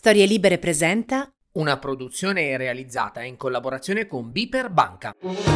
Storie Libere presenta una produzione realizzata in collaborazione con Biper Banca.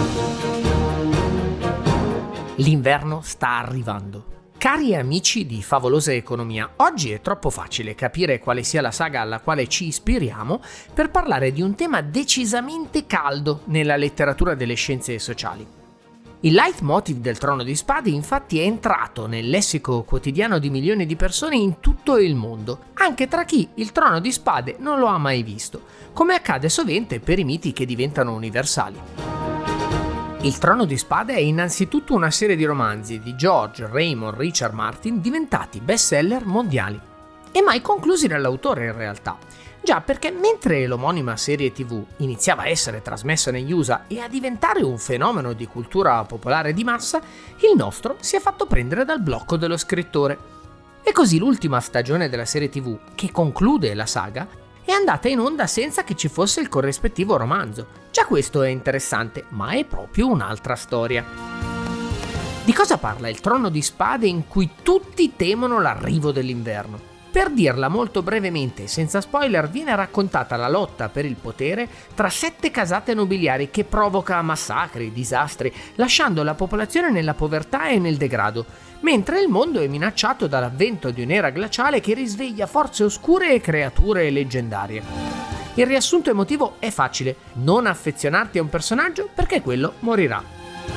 L'inverno sta arrivando. Cari amici di Favolosa Economia, oggi è troppo facile capire quale sia la saga alla quale ci ispiriamo per parlare di un tema decisamente caldo nella letteratura delle scienze sociali. Il leitmotiv del Trono di Spade infatti è entrato nel lessico quotidiano di milioni di persone in tutto il mondo, anche tra chi il Trono di Spade non lo ha mai visto, come accade sovente per i miti che diventano universali. Il Trono di Spade è innanzitutto una serie di romanzi di George Raymond Richard Martin diventati bestseller mondiali e mai conclusi dall'autore in realtà. Già, perché mentre l'omonima serie TV iniziava a essere trasmessa negli USA e a diventare un fenomeno di cultura popolare di massa, il nostro si è fatto prendere dal blocco dello scrittore. E così l'ultima stagione della serie TV, che conclude la saga, è andata in onda senza che ci fosse il corrispettivo romanzo. Già questo è interessante, ma è proprio un'altra storia. Di cosa parla il Trono di Spade in cui tutti temono l'arrivo dell'inverno? Per dirla molto brevemente e senza spoiler, viene raccontata la lotta per il potere tra 7 casate nobiliari che provoca massacri, disastri, lasciando la popolazione nella povertà e nel degrado, mentre il mondo è minacciato dall'avvento di un'era glaciale che risveglia forze oscure e creature leggendarie. Il riassunto emotivo è facile: non affezionarti a un personaggio perché quello morirà.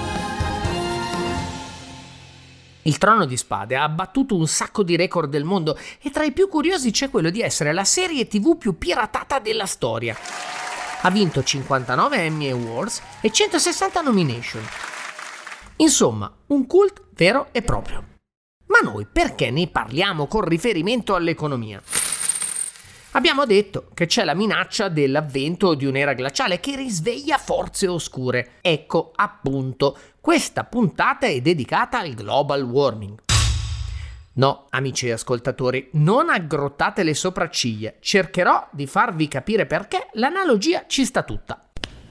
Il Trono di Spade ha battuto un sacco di record del mondo e tra i più curiosi c'è quello di essere la serie TV più piratata della storia. Ha vinto 59 Emmy Awards e 160 nomination. Insomma, un cult vero e proprio. Ma noi perché ne parliamo con riferimento all'economia? Abbiamo detto che c'è la minaccia dell'avvento di un'era glaciale che risveglia forze oscure. Ecco, appunto, questa puntata è dedicata al global warming. No, amici ascoltatori, non aggrottate le sopracciglia. Cercherò di farvi capire perché l'analogia ci sta tutta.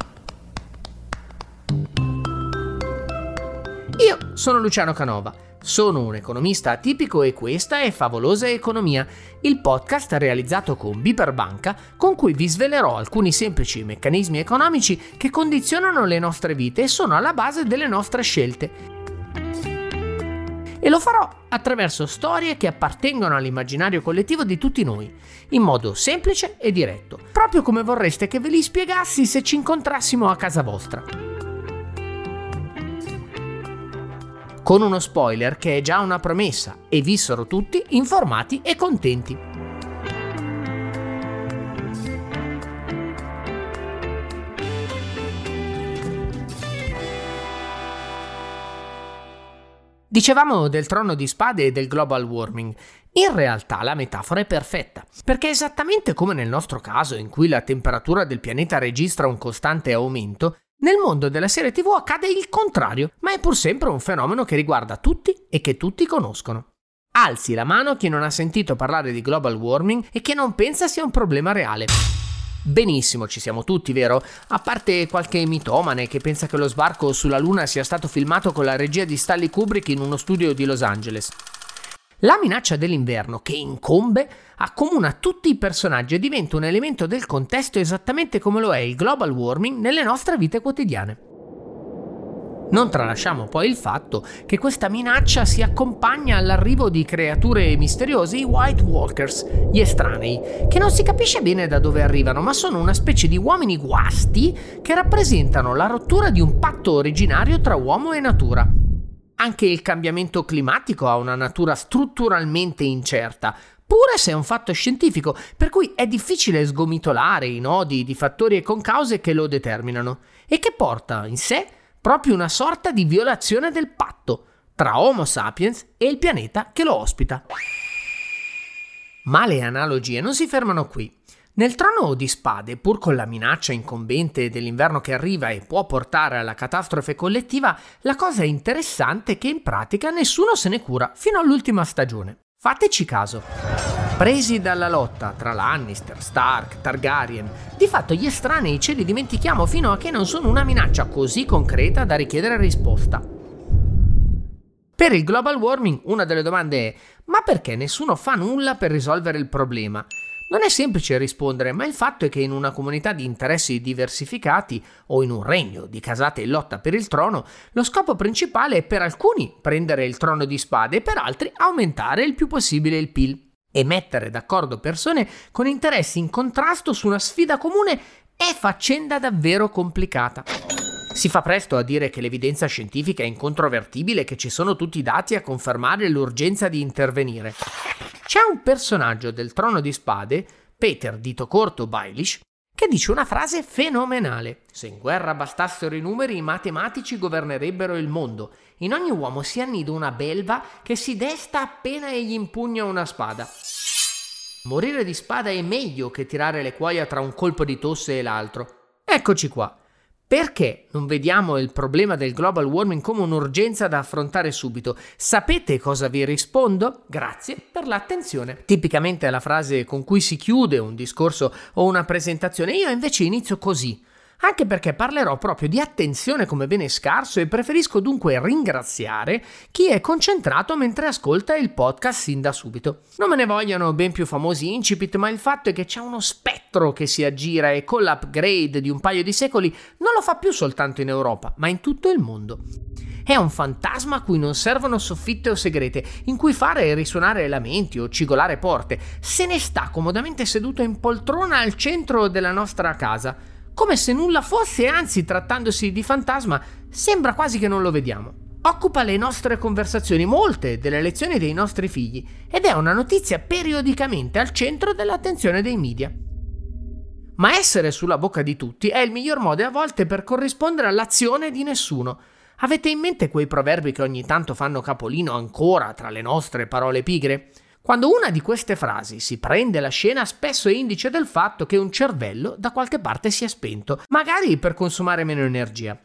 Io sono Luciano Canova. Sono un economista atipico e questa è Favolosa Economia, il podcast realizzato con Biper Banca con cui vi svelerò alcuni semplici meccanismi economici che condizionano le nostre vite e sono alla base delle nostre scelte. E lo farò attraverso storie che appartengono all'immaginario collettivo di tutti noi, in modo semplice e diretto, proprio come vorreste che ve li spiegassi se ci incontrassimo a casa vostra. Con uno spoiler che è già una promessa e vissero tutti informati e contenti. Dicevamo del Trono di Spade e del global warming. In realtà la metafora è perfetta, perché esattamente come nel nostro caso in cui la temperatura del pianeta registra un costante aumento, nel mondo della serie TV accade il contrario, ma è pur sempre un fenomeno che riguarda tutti e che tutti conoscono. Alzi la mano chi non ha sentito parlare di global warming e che non pensa sia un problema reale. Benissimo, ci siamo tutti, vero? A parte qualche mitomane che pensa che lo sbarco sulla Luna sia stato filmato con la regia di Stanley Kubrick in uno studio di Los Angeles. La minaccia dell'inverno che incombe accomuna tutti i personaggi e diventa un elemento del contesto esattamente come lo è il global warming nelle nostre vite quotidiane. Non tralasciamo poi il fatto che questa minaccia si accompagna all'arrivo di creature misteriose, i White Walkers, gli estranei, che non si capisce bene da dove arrivano, ma sono una specie di uomini guasti che rappresentano la rottura di un patto originario tra uomo e natura. Anche il cambiamento climatico ha una natura strutturalmente incerta, pure se è un fatto scientifico, per cui è difficile sgomitolare i nodi di fattori e concause che lo determinano, e che porta in sé proprio una sorta di violazione del patto tra Homo sapiens e il pianeta che lo ospita. Ma le analogie non si fermano qui. Nel Trono di Spade, pur con la minaccia incombente dell'inverno che arriva e può portare alla catastrofe collettiva, la cosa interessante è che in pratica nessuno se ne cura fino all'ultima stagione. Fateci caso. Presi dalla lotta tra Lannister, Stark, Targaryen, di fatto gli estranei ce li dimentichiamo fino a che non sono una minaccia così concreta da richiedere risposta. Per il global warming una delle domande è: ma perché nessuno fa nulla per risolvere il problema? Non è semplice rispondere, ma il fatto è che in una comunità di interessi diversificati o in un regno di casate in lotta per il trono, lo scopo principale è per alcuni prendere il trono di spade e per altri aumentare il più possibile il PIL. E mettere d'accordo persone con interessi in contrasto su una sfida comune è faccenda davvero complicata. Si fa presto a dire che l'evidenza scientifica è incontrovertibile e che ci sono tutti i dati a confermare l'urgenza di intervenire. C'è un personaggio del Trono di Spade, Peter dito corto Baelish, che dice una frase fenomenale. Se in guerra bastassero i numeri, i matematici governerebbero il mondo. In ogni uomo si annida una belva che si desta appena egli impugna una spada. Morire di spada è meglio che tirare le cuoia tra un colpo di tosse e l'altro. Eccoci qua. Perché non vediamo il problema del global warming come un'urgenza da affrontare subito? Sapete cosa vi rispondo? Grazie per l'attenzione. Tipicamente è la frase con cui si chiude un discorso o una presentazione. Io invece inizio così. Anche perché parlerò proprio di attenzione come bene scarso e preferisco dunque ringraziare chi è concentrato mentre ascolta il podcast sin da subito. Non me ne vogliono ben più famosi incipit, ma il fatto è che c'è uno spettro che si aggira e con l'upgrade di un paio di secoli non lo fa più soltanto in Europa, ma in tutto il mondo. È un fantasma a cui non servono soffitte o segrete, in cui fare risuonare lamenti o cigolare porte. Se ne sta comodamente seduto in poltrona al centro della nostra casa. Come se nulla fosse, e anzi, trattandosi di fantasma, sembra quasi che non lo vediamo. Occupa le nostre conversazioni, molte delle lezioni dei nostri figli, ed è una notizia periodicamente al centro dell'attenzione dei media. Ma essere sulla bocca di tutti è il miglior modo a volte per corrispondere all'azione di nessuno. Avete in mente quei proverbi che ogni tanto fanno capolino ancora tra le nostre parole pigre? Quando una di queste frasi si prende la scena, spesso è indice del fatto che un cervello da qualche parte si è spento, magari per consumare meno energia.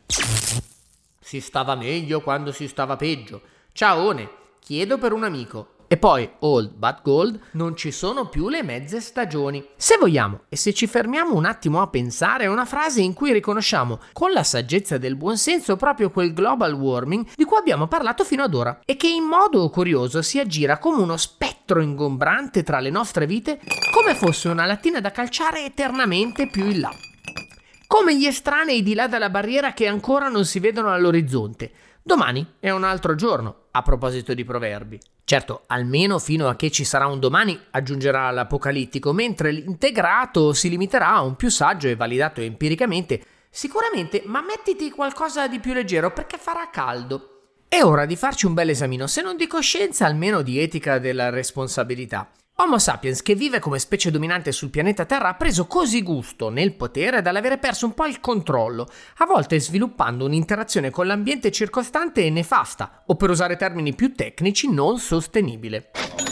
Si stava meglio quando si stava peggio. Ciaone, chiedo per un amico. E poi, old but gold, non ci sono più le mezze stagioni. Se vogliamo, e se ci fermiamo un attimo a pensare, è una frase in cui riconosciamo con la saggezza del buonsenso proprio quel global warming di cui abbiamo parlato fino ad ora e che in modo curioso si aggira come uno spettro ingombrante tra le nostre vite, come fosse una lattina da calciare eternamente più in là. Come gli estranei di là dalla barriera che ancora non si vedono all'orizzonte. Domani è un altro giorno, a proposito di proverbi. Certo, almeno fino a che ci sarà un domani, aggiungerà l'apocalittico, mentre l'integrato si limiterà a un più saggio e validato empiricamente. Sicuramente, ma mettiti qualcosa di più leggero perché farà caldo. È ora di farci un bel esamino, se non di coscienza, almeno di etica della responsabilità. Homo sapiens, che vive come specie dominante sul pianeta Terra, ha preso così gusto nel potere dall'avere perso un po' il controllo, a volte sviluppando un'interazione con l'ambiente circostante nefasta, o per usare termini più tecnici, non sostenibile.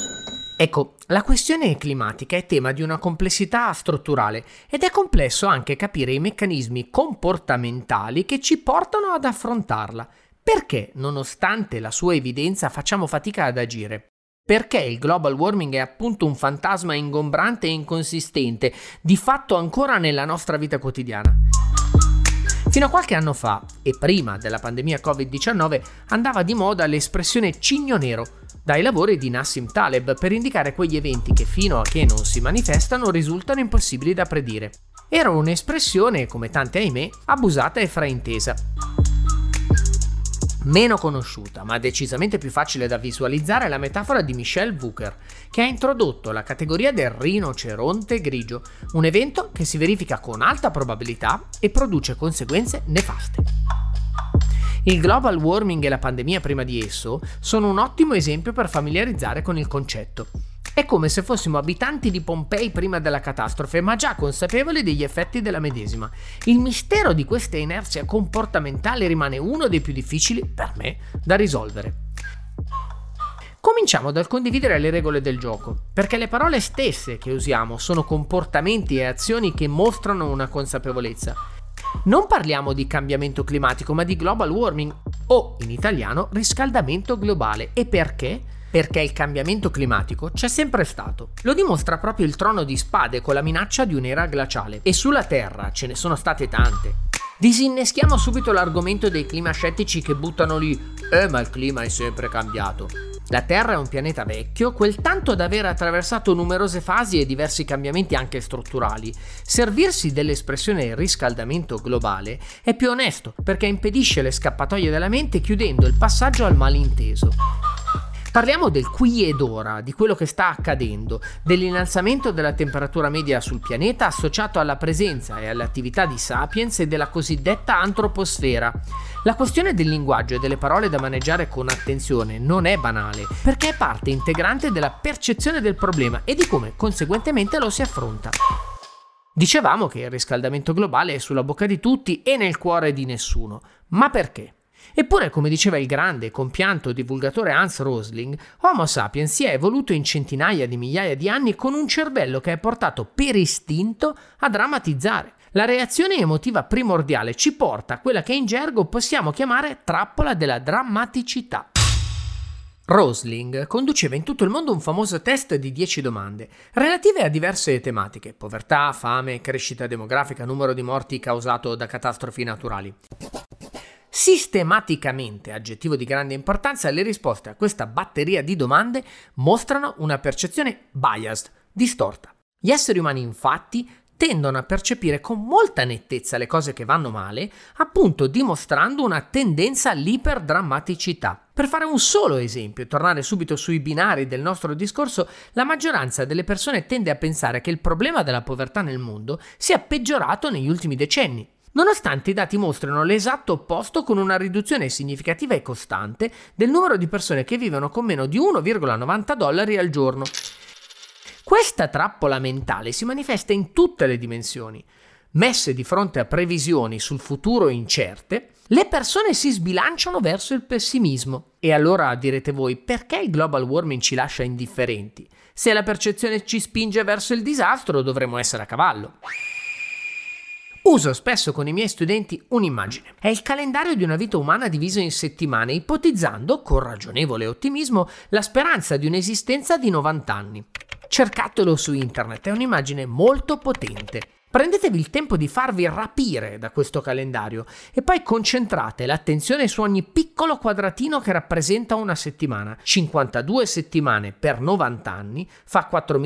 Ecco, la questione climatica è tema di una complessità strutturale ed è complesso anche capire i meccanismi comportamentali che ci portano ad affrontarla. Perché, nonostante la sua evidenza, facciamo fatica ad agire? Perché il global warming è appunto un fantasma ingombrante e inconsistente, di fatto ancora nella nostra vita quotidiana. Fino a qualche anno fa, e prima della pandemia Covid-19, andava di moda l'espressione cigno nero, dai lavori di Nassim Taleb, per indicare quegli eventi che fino a che non si manifestano risultano impossibili da predire. Era un'espressione, come tante ahimè, abusata e fraintesa. Meno conosciuta, ma decisamente più facile da visualizzare, è la metafora di Michel Wucker, che ha introdotto la categoria del rinoceronte grigio, un evento che si verifica con alta probabilità e produce conseguenze nefaste. Il global warming e la pandemia prima di esso sono un ottimo esempio per familiarizzare con il concetto. È come se fossimo abitanti di Pompei prima della catastrofe, ma già consapevoli degli effetti della medesima. Il mistero di questa inerzia comportamentale rimane uno dei più difficili, per me, da risolvere. Cominciamo dal condividere le regole del gioco, perché le parole stesse che usiamo sono comportamenti e azioni che mostrano una consapevolezza. Non parliamo di cambiamento climatico, ma di global warming, o in italiano riscaldamento globale. E perché? Perché il cambiamento climatico c'è sempre stato. Lo dimostra proprio il Trono di Spade con la minaccia di un'era glaciale. E sulla Terra ce ne sono state tante. Disinneschiamo subito l'argomento dei climascettici che buttano lì ma il clima è sempre cambiato. La Terra è un pianeta vecchio, quel tanto da aver attraversato numerose fasi e diversi cambiamenti anche strutturali. Servirsi dell'espressione riscaldamento globale è più onesto perché impedisce le scappatoie della mente chiudendo il passaggio al malinteso. Parliamo del qui ed ora, di quello che sta accadendo, dell'innalzamento della temperatura media sul pianeta associato alla presenza e all'attività di sapiens e della cosiddetta antroposfera. La questione del linguaggio e delle parole da maneggiare con attenzione non è banale, perché è parte integrante della percezione del problema e di come conseguentemente lo si affronta. Dicevamo che il riscaldamento globale è sulla bocca di tutti e nel cuore di nessuno. Ma perché? Eppure, come diceva il grande e compianto divulgatore Hans Rosling, Homo sapiens si è evoluto in centinaia di migliaia di anni con un cervello che è portato per istinto a drammatizzare. La reazione emotiva primordiale ci porta a quella che in gergo possiamo chiamare trappola della drammaticità. Rosling conduceva in tutto il mondo un famoso test di 10 domande, relative a diverse tematiche: povertà, fame, crescita demografica, numero di morti causato da catastrofi naturali. Sistematicamente, aggettivo di grande importanza, le risposte a questa batteria di domande mostrano una percezione biased, distorta. Gli esseri umani, infatti, tendono a percepire con molta nettezza le cose che vanno male, appunto dimostrando una tendenza all'iperdrammaticità. Per fare un solo esempio e tornare subito sui binari del nostro discorso, la maggioranza delle persone tende a pensare che il problema della povertà nel mondo sia peggiorato negli ultimi decenni, nonostante i dati mostrino l'esatto opposto, con una riduzione significativa e costante del numero di persone che vivono con meno di $1,90 al giorno. Questa trappola mentale si manifesta in tutte le dimensioni. Messe di fronte a previsioni sul futuro incerte, le persone si sbilanciano verso il pessimismo. E allora direte voi, perché il global warming ci lascia indifferenti? Se la percezione ci spinge verso il disastro, dovremmo essere a cavallo. Uso spesso con i miei studenti un'immagine. È il calendario di una vita umana diviso in settimane, ipotizzando, con ragionevole ottimismo, la speranza di un'esistenza di 90 anni. Cercatelo su internet, è un'immagine molto potente. Prendetevi il tempo di farvi rapire da questo calendario e poi concentrate l'attenzione su ogni piccolo quadratino che rappresenta una settimana. 52 settimane per 90 anni fa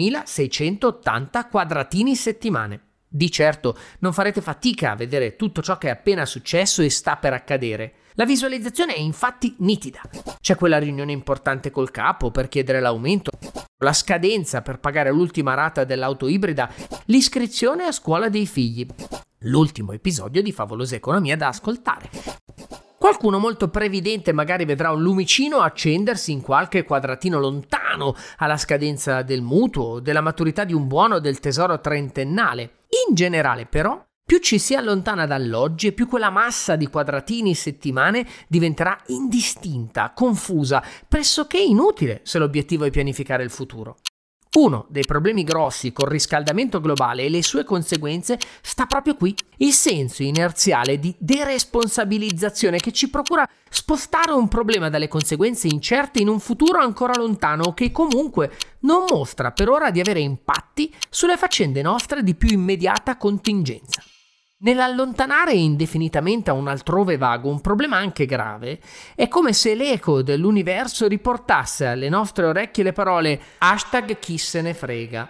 4.680 quadratini settimane. Di certo non farete fatica a vedere tutto ciò che è appena successo e sta per accadere. La visualizzazione è infatti nitida. C'è quella riunione importante col capo per chiedere l'aumento, la scadenza per pagare l'ultima rata dell'auto ibrida, l'iscrizione a scuola dei figli. L'ultimo episodio di Favolosa Economia da ascoltare. Qualcuno molto previdente magari vedrà un lumicino accendersi in qualche quadratino lontano alla scadenza del mutuo, della maturità di un buono del tesoro trentennale. In generale, però, più ci si allontana dall'oggi e più quella massa di quadratini settimane diventerà indistinta, confusa, pressoché inutile se l'obiettivo è pianificare il futuro. Uno dei problemi grossi col riscaldamento globale e le sue conseguenze sta proprio qui: il senso inerziale di deresponsabilizzazione che ci procura spostare un problema dalle conseguenze incerte in un futuro ancora lontano o che comunque non mostra per ora di avere impatti sulle faccende nostre di più immediata contingenza. Nell'allontanare indefinitamente a un altrove vago un problema anche grave, è come se l'eco dell'universo riportasse alle nostre orecchie le parole #chi se ne frega.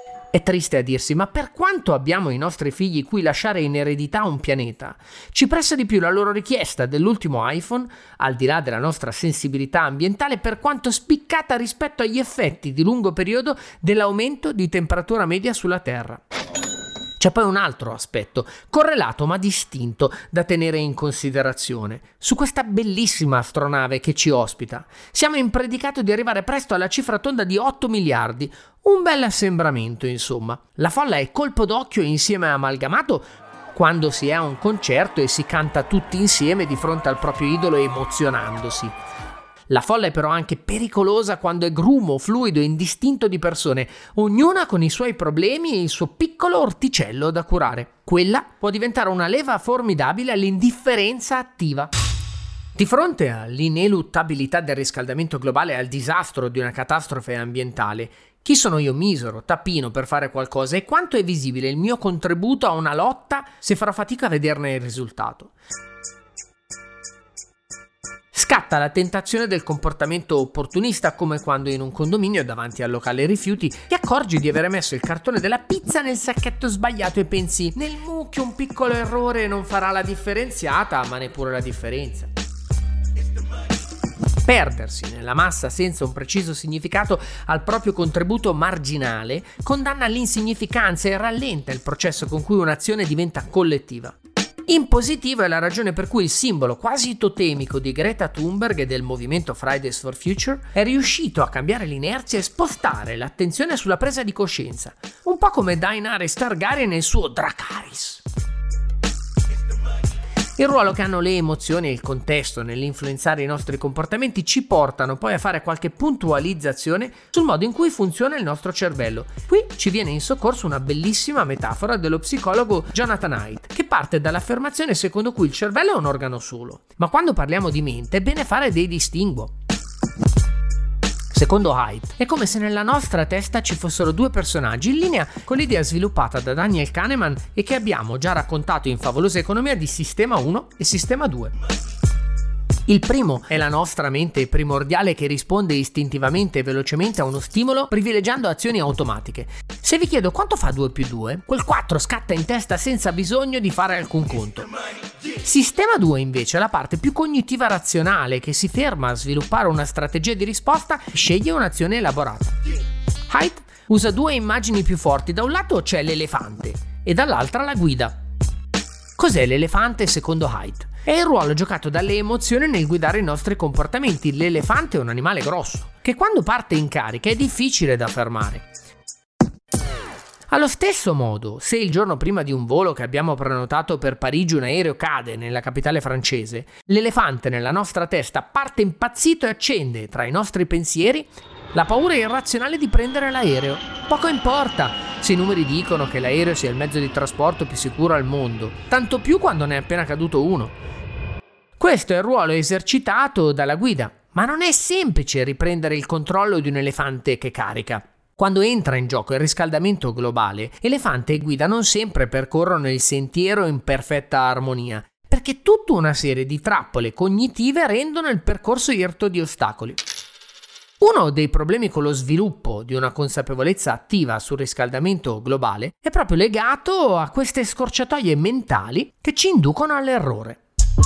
È triste a dirsi, ma per quanto abbiamo i nostri figli cui lasciare in eredità un pianeta, ci pressa di più la loro richiesta dell'ultimo iPhone, al di là della nostra sensibilità ambientale, per quanto spiccata rispetto agli effetti di lungo periodo dell'aumento di temperatura media sulla Terra. C'è poi un altro aspetto, correlato ma distinto, da tenere in considerazione. Su questa bellissima astronave che ci ospita, siamo in predicato di arrivare presto alla cifra tonda di 8 miliardi. Un bel assembramento, insomma. La folla è colpo d'occhio e insieme amalgamato quando si è a un concerto e si canta tutti insieme di fronte al proprio idolo emozionandosi. La folla è però anche pericolosa quando è grumo, fluido e indistinto di persone, ognuna con i suoi problemi e il suo piccolo orticello da curare. Quella può diventare una leva formidabile all'indifferenza attiva. Di fronte all'ineluttabilità del riscaldamento globale e al disastro di una catastrofe ambientale, chi sono io misero, tappino per fare qualcosa e quanto è visibile il mio contributo a una lotta se farò fatica a vederne il risultato? Scatto Scatta la tentazione del comportamento opportunista, come quando in un condominio davanti al locale rifiuti ti accorgi di aver messo il cartone della pizza nel sacchetto sbagliato e pensi: nel mucchio un piccolo errore non farà la differenziata, ma neppure la differenza. Perdersi nella massa senza un preciso significato al proprio contributo marginale condanna all'insignificanza e rallenta il processo con cui un'azione diventa collettiva. In positivo è la ragione per cui il simbolo quasi totemico di Greta Thunberg e del movimento Fridays for Future è riuscito a cambiare l'inerzia e spostare l'attenzione sulla presa di coscienza, un po' come Daenerys Targaryen nel suo Dracarys. Il ruolo che hanno le emozioni e il contesto nell'influenzare i nostri comportamenti ci portano poi a fare qualche puntualizzazione sul modo in cui funziona il nostro cervello. Qui ci viene in soccorso una bellissima metafora dello psicologo Jonathan Haidt, che parte dall'affermazione secondo cui il cervello è un organo solo, ma quando parliamo di mente è bene fare dei distinguo. Secondo Haidt, è come se nella nostra testa ci fossero due personaggi, in linea con l'idea sviluppata da Daniel Kahneman e che abbiamo già raccontato in Favolosa Economia di Sistema 1 e Sistema 2. Il primo è la nostra mente primordiale che risponde istintivamente e velocemente a uno stimolo privilegiando azioni automatiche. Se vi chiedo quanto fa 2 più 2, quel 4 scatta in testa senza bisogno di fare alcun conto. Sistema 2 invece è la parte più cognitiva razionale che si ferma a sviluppare una strategia di risposta e sceglie un'azione elaborata. Haidt usa due immagini più forti, da un lato c'è l'elefante e dall'altra la guida. Cos'è l'elefante secondo Haidt? È il ruolo giocato dalle emozioni nel guidare i nostri comportamenti. L'elefante è un animale grosso, che quando parte in carica è difficile da fermare. Allo stesso modo, se il giorno prima di un volo che abbiamo prenotato per Parigi un aereo cade nella capitale francese, l'elefante nella nostra testa parte impazzito e accende tra i nostri pensieri la paura irrazionale di prendere l'aereo. Poco importa se i numeri dicono che l'aereo sia il mezzo di trasporto più sicuro al mondo, tanto più quando ne è appena caduto uno. Questo è il ruolo esercitato dalla guida, ma non è semplice riprendere il controllo di un elefante che carica. Quando entra in gioco il riscaldamento globale, elefante e guida non sempre percorrono il sentiero in perfetta armonia, perché tutta una serie di trappole cognitive rendono il percorso irto di ostacoli. Uno dei problemi con lo sviluppo di una consapevolezza attiva sul riscaldamento globale è proprio legato a queste scorciatoie mentali che ci inducono all'errore.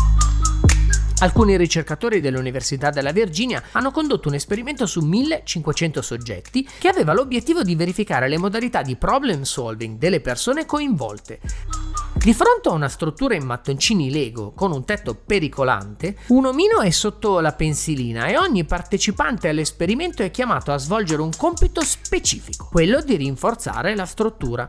Alcuni ricercatori dell'Università della Virginia hanno condotto un esperimento su 1500 soggetti che aveva l'obiettivo di verificare le modalità di problem solving delle persone coinvolte. Di fronte a una struttura in mattoncini Lego con un tetto pericolante, un omino è sotto la pensilina e ogni partecipante all'esperimento è chiamato a svolgere un compito specifico, quello di rinforzare la struttura.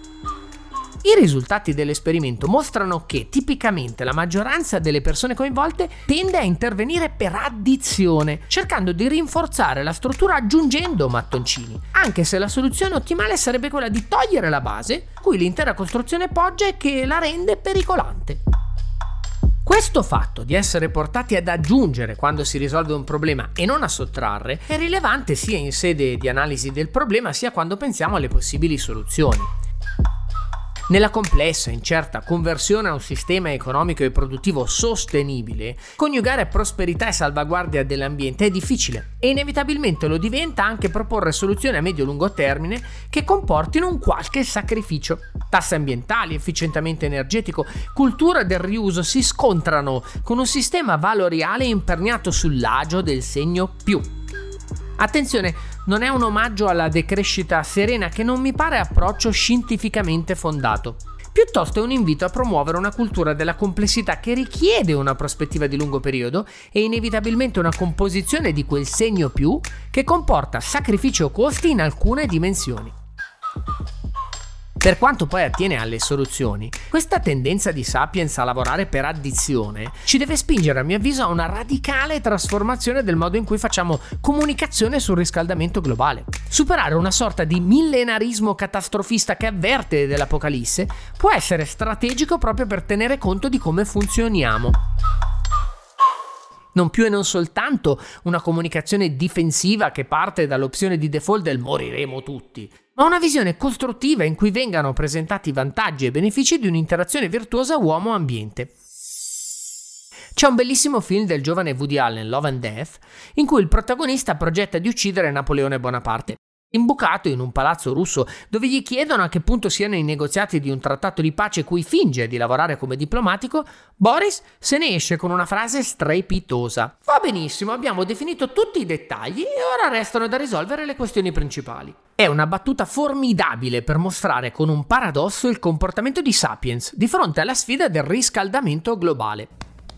I risultati dell'esperimento mostrano che tipicamente la maggioranza delle persone coinvolte tende a intervenire per addizione, cercando di rinforzare la struttura aggiungendo mattoncini, anche se la soluzione ottimale sarebbe quella di togliere la base, cui l'intera costruzione poggia e che la rende pericolante. Questo fatto di essere portati ad aggiungere quando si risolve un problema e non a sottrarre è rilevante sia in sede di analisi del problema sia quando pensiamo alle possibili soluzioni. Nella complessa e incerta conversione a un sistema economico e produttivo sostenibile, coniugare prosperità e salvaguardia dell'ambiente è difficile e inevitabilmente lo diventa anche proporre soluzioni a medio-lungo termine che comportino un qualche sacrificio. Tasse ambientali, efficientamento energetico, cultura del riuso si scontrano con un sistema valoriale imperniato sull'agio del segno più. Attenzione, non è un omaggio alla decrescita serena che non mi pare approccio scientificamente fondato. Piuttosto è un invito a promuovere una cultura della complessità che richiede una prospettiva di lungo periodo e inevitabilmente una composizione di quel segno più che comporta sacrifici o costi in alcune dimensioni. Per quanto poi attiene alle soluzioni, questa tendenza di Sapiens a lavorare per addizione ci deve spingere, a mio avviso, a una radicale trasformazione del modo in cui facciamo comunicazione sul riscaldamento globale. Superare una sorta di millenarismo catastrofista che avverte dell'apocalisse può essere strategico proprio per tenere conto di come funzioniamo. Non più e non soltanto una comunicazione difensiva che parte dall'opzione di default del moriremo tutti, ma una visione costruttiva in cui vengano presentati i vantaggi e benefici di un'interazione virtuosa uomo-ambiente. C'è un bellissimo film del giovane Woody Allen, Love and Death, in cui il protagonista progetta di uccidere Napoleone Bonaparte. Imbucato in un palazzo russo dove gli chiedono a che punto siano i negoziati di un trattato di pace cui finge di lavorare come diplomatico, Boris se ne esce con una frase strepitosa: "Va benissimo, abbiamo definito tutti i dettagli e ora restano da risolvere le questioni principali". È una battuta formidabile per mostrare con un paradosso il comportamento di Sapiens di fronte alla sfida del riscaldamento globale.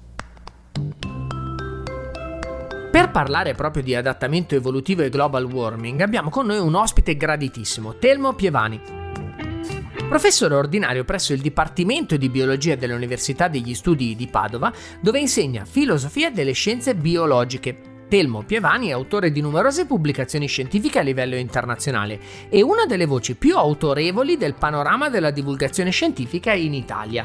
Per parlare proprio di adattamento evolutivo e global warming abbiamo con noi un ospite graditissimo, Telmo Pievani. Professore ordinario presso il Dipartimento di Biologia dell'Università degli Studi di Padova, dove insegna filosofia delle scienze biologiche. Telmo Pievani è autore di numerose pubblicazioni scientifiche a livello internazionale e una delle voci più autorevoli del panorama della divulgazione scientifica in Italia.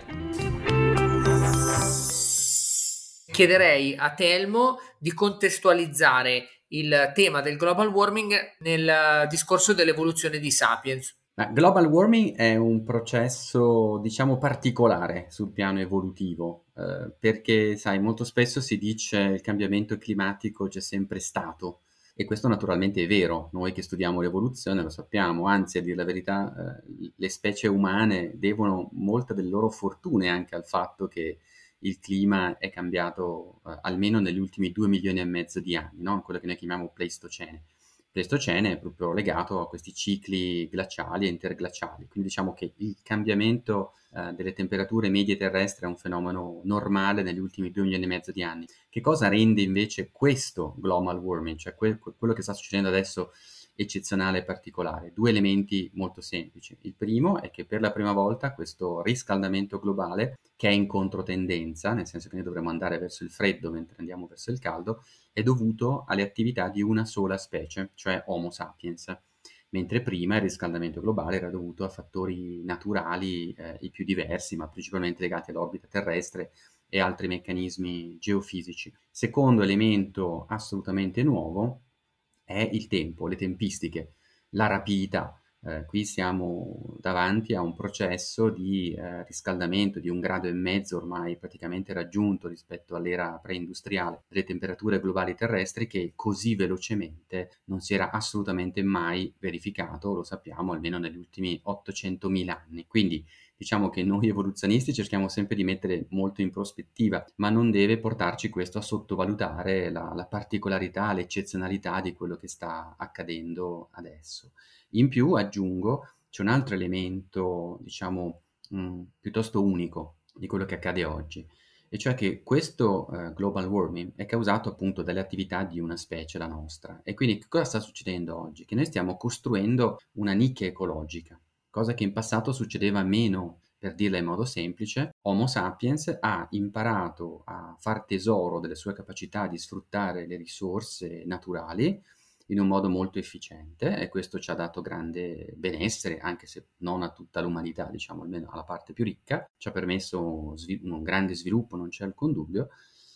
Chiederei a Telmo di contestualizzare il tema del global warming nel discorso dell'evoluzione di Sapiens. Global warming è un processo, diciamo, particolare sul piano evolutivo, perché, sai, molto spesso si dice il cambiamento climatico c'è sempre stato, e questo naturalmente è vero. Noi che studiamo l'evoluzione lo sappiamo, anzi, a dire la verità, le specie umane devono molte delle loro fortune anche al fatto che il clima è cambiato almeno negli ultimi 2 milioni e mezzo di anni, no? Quello che noi chiamiamo Pleistocene. Pleistocene è proprio legato a questi cicli glaciali e interglaciali, quindi diciamo che il cambiamento delle temperature medie terrestri è un fenomeno normale negli ultimi 2 milioni e mezzo di anni. Che cosa rende invece questo global warming, cioè quello che sta succedendo adesso, eccezionale e particolare? Due elementi molto semplici. Il primo è che per la prima volta questo riscaldamento globale, che è in controtendenza, nel senso che noi dovremmo andare verso il freddo mentre andiamo verso il caldo, è dovuto alle attività di una sola specie, cioè Homo sapiens, mentre prima il riscaldamento globale era dovuto a fattori naturali i più diversi, ma principalmente legati all'orbita terrestre e altri meccanismi geofisici. Secondo elemento assolutamente nuovo è il tempo, le tempistiche, la rapidità. Qui siamo davanti a un processo di riscaldamento di 1,5 gradi ormai praticamente raggiunto rispetto all'era preindustriale, delle temperature globali terrestri, che così velocemente non si era assolutamente mai verificato, lo sappiamo, almeno negli ultimi 800.000 anni. Quindi diciamo che noi evoluzionisti cerchiamo sempre di mettere molto in prospettiva, ma non deve portarci questo a sottovalutare la particolarità, l'eccezionalità di quello che sta accadendo adesso. In più, aggiungo, c'è un altro elemento, diciamo, piuttosto unico di quello che accade oggi, e cioè che questo global warming è causato appunto dalle attività di una specie, la nostra. E quindi che cosa sta succedendo oggi? Che noi stiamo costruendo una nicchia ecologica, cosa che in passato succedeva meno. Per dirla in modo semplice, Homo sapiens ha imparato a far tesoro delle sue capacità di sfruttare le risorse naturali in un modo molto efficiente, e questo ci ha dato grande benessere, anche se non a tutta l'umanità, diciamo, almeno alla parte più ricca. Ci ha permesso un grande sviluppo, non c'è alcun dubbio,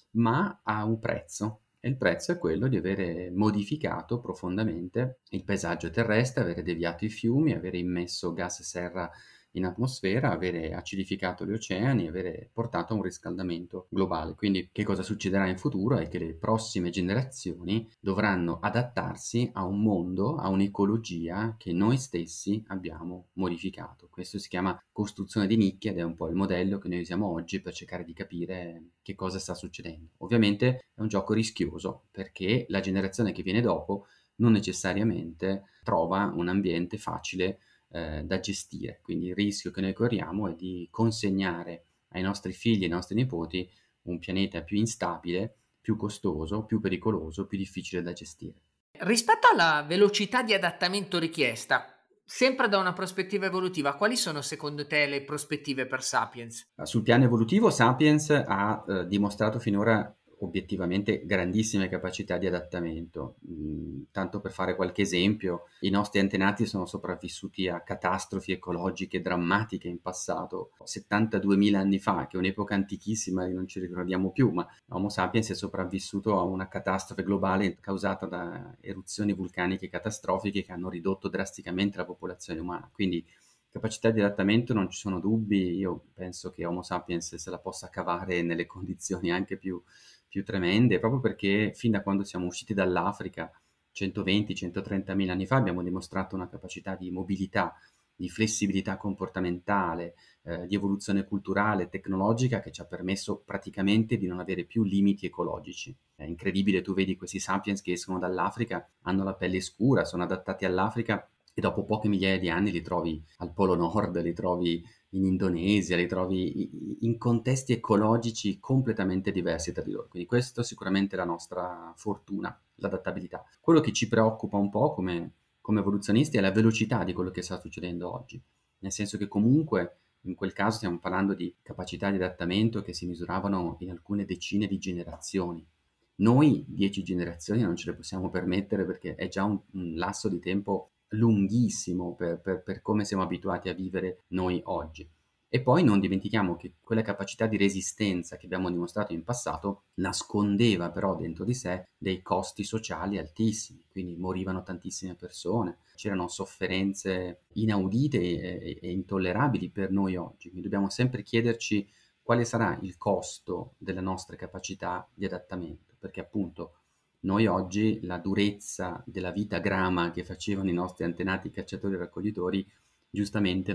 ma ha un prezzo. E il prezzo è quello di avere modificato profondamente il paesaggio terrestre, avere deviato i fiumi, avere immesso gas serra in atmosfera, avere acidificato gli oceani, avere portato a un riscaldamento globale. Quindi che cosa succederà in futuro è che le prossime generazioni dovranno adattarsi a un mondo, a un'ecologia che noi stessi abbiamo modificato. Questo si chiama costruzione di nicchia ed è un po' il modello che noi usiamo oggi per cercare di capire che cosa sta succedendo. Ovviamente è un gioco rischioso, perché la generazione che viene dopo non necessariamente trova un ambiente facile da gestire. Quindi il rischio che noi corriamo è di consegnare ai nostri figli e ai nostri nipoti un pianeta più instabile, più costoso, più pericoloso, più difficile da gestire. Rispetto alla velocità di adattamento richiesta, sempre da una prospettiva evolutiva, quali sono secondo te le prospettive per Sapiens? Sul piano evolutivo, Sapiens ha dimostrato finora obiettivamente grandissime capacità di adattamento. Tanto per fare qualche esempio, i nostri antenati sono sopravvissuti a catastrofi ecologiche drammatiche in passato, 72.000 anni fa, che è un'epoca antichissima che non ci ricordiamo più, ma Homo sapiens è sopravvissuto a una catastrofe globale causata da eruzioni vulcaniche catastrofiche che hanno ridotto drasticamente la popolazione umana. Quindi capacità di adattamento non ci sono dubbi, io penso che Homo sapiens se la possa cavare nelle condizioni anche più tremende, proprio perché fin da quando siamo usciti dall'Africa, 120-130 mila anni fa, abbiamo dimostrato una capacità di mobilità, di flessibilità comportamentale, di evoluzione culturale, tecnologica, che ci ha permesso praticamente di non avere più limiti ecologici. È incredibile, tu vedi questi sapiens che escono dall'Africa, hanno la pelle scura, sono adattati all'Africa e dopo poche migliaia di anni li trovi al Polo Nord, li trovi in Indonesia, li trovi in contesti ecologici completamente diversi tra di loro. Quindi questo sicuramente è la nostra fortuna, l'adattabilità. Quello che ci preoccupa un po' come evoluzionisti è la velocità di quello che sta succedendo oggi, nel senso che comunque in quel caso stiamo parlando di capacità di adattamento che si misuravano in alcune decine di generazioni. Noi 10 generazioni non ce le possiamo permettere perché è già un lasso di tempo lunghissimo per come siamo abituati a vivere noi oggi. E poi non dimentichiamo che quella capacità di resistenza che abbiamo dimostrato in passato nascondeva però dentro di sé dei costi sociali altissimi, quindi morivano tantissime persone, c'erano sofferenze inaudite e intollerabili per noi oggi. Quindi dobbiamo sempre chiederci quale sarà il costo delle nostre capacità di adattamento, perché appunto noi oggi la durezza della vita grama che facevano i nostri antenati cacciatori e raccoglitori giustamente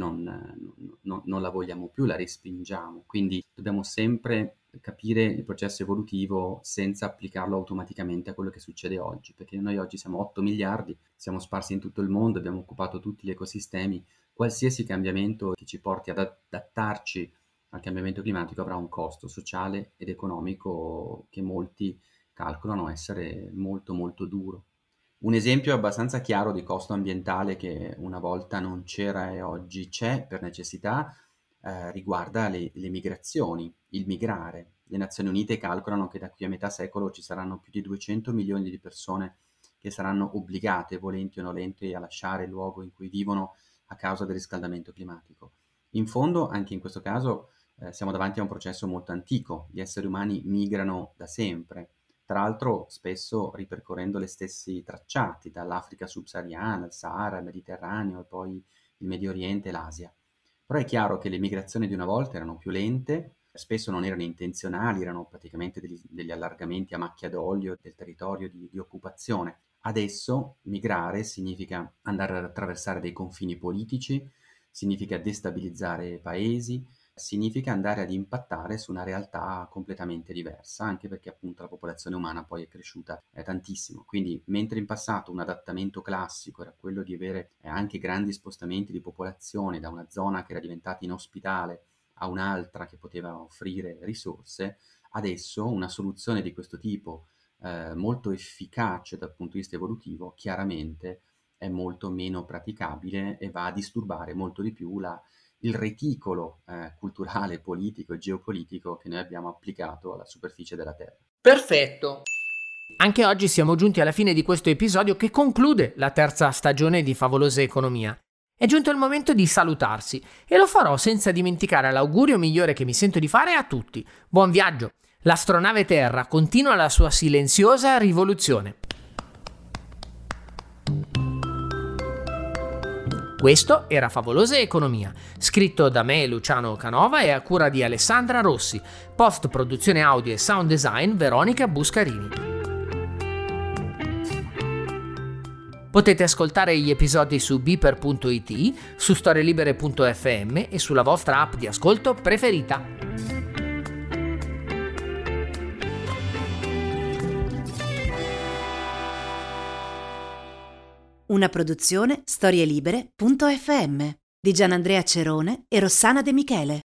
non la vogliamo più, la respingiamo. Quindi dobbiamo sempre capire il processo evolutivo senza applicarlo automaticamente a quello che succede oggi, perché noi oggi siamo 8 miliardi, siamo sparsi in tutto il mondo, abbiamo occupato tutti gli ecosistemi, qualsiasi cambiamento che ci porti ad adattarci al cambiamento climatico avrà un costo sociale ed economico che molti calcolano essere molto molto duro. Un esempio abbastanza chiaro di costo ambientale che una volta non c'era e oggi c'è per necessità riguarda le migrazioni, il migrare. Le Nazioni Unite calcolano che da qui a metà secolo ci saranno più di 200 milioni di persone che saranno obbligate, volenti o nolenti, a lasciare il luogo in cui vivono a causa del riscaldamento climatico. In fondo, anche in questo caso, siamo davanti a un processo molto antico. Gli esseri umani migrano da sempre. Tra l'altro spesso ripercorrendo gli stessi tracciati, dall'Africa subsahariana, il Sahara, il Mediterraneo e poi il Medio Oriente e l'Asia. Però è chiaro che le migrazioni di una volta erano più lente, spesso non erano intenzionali, erano praticamente degli allargamenti a macchia d'olio del territorio di occupazione. Adesso migrare significa andare ad attraversare dei confini politici, significa destabilizzare paesi, significa andare ad impattare su una realtà completamente diversa, anche perché appunto la popolazione umana poi è cresciuta tantissimo. Quindi mentre in passato un adattamento classico era quello di avere anche grandi spostamenti di popolazione da una zona che era diventata inospitale a un'altra che poteva offrire risorse, adesso una soluzione di questo tipo molto efficace dal punto di vista evolutivo chiaramente è molto meno praticabile e va a disturbare molto di più il reticolo culturale, politico e geopolitico che noi abbiamo applicato alla superficie della Terra. Perfetto. Anche oggi siamo giunti alla fine di questo episodio che conclude la terza stagione di Favolosa Economia. È giunto il momento di salutarsi e lo farò senza dimenticare l'augurio migliore che mi sento di fare a tutti. Buon viaggio! L'astronave Terra continua la sua silenziosa rivoluzione. Questo era Favolosa Economia, scritto da me Luciano Canova e a cura di Alessandra Rossi, post produzione audio e sound design Veronica Buscarini. Potete ascoltare gli episodi su beeper.it, su storielibere.fm e sulla vostra app di ascolto preferita. Una produzione storielibere.fm di Gianandrea Cerone e Rossana De Michele.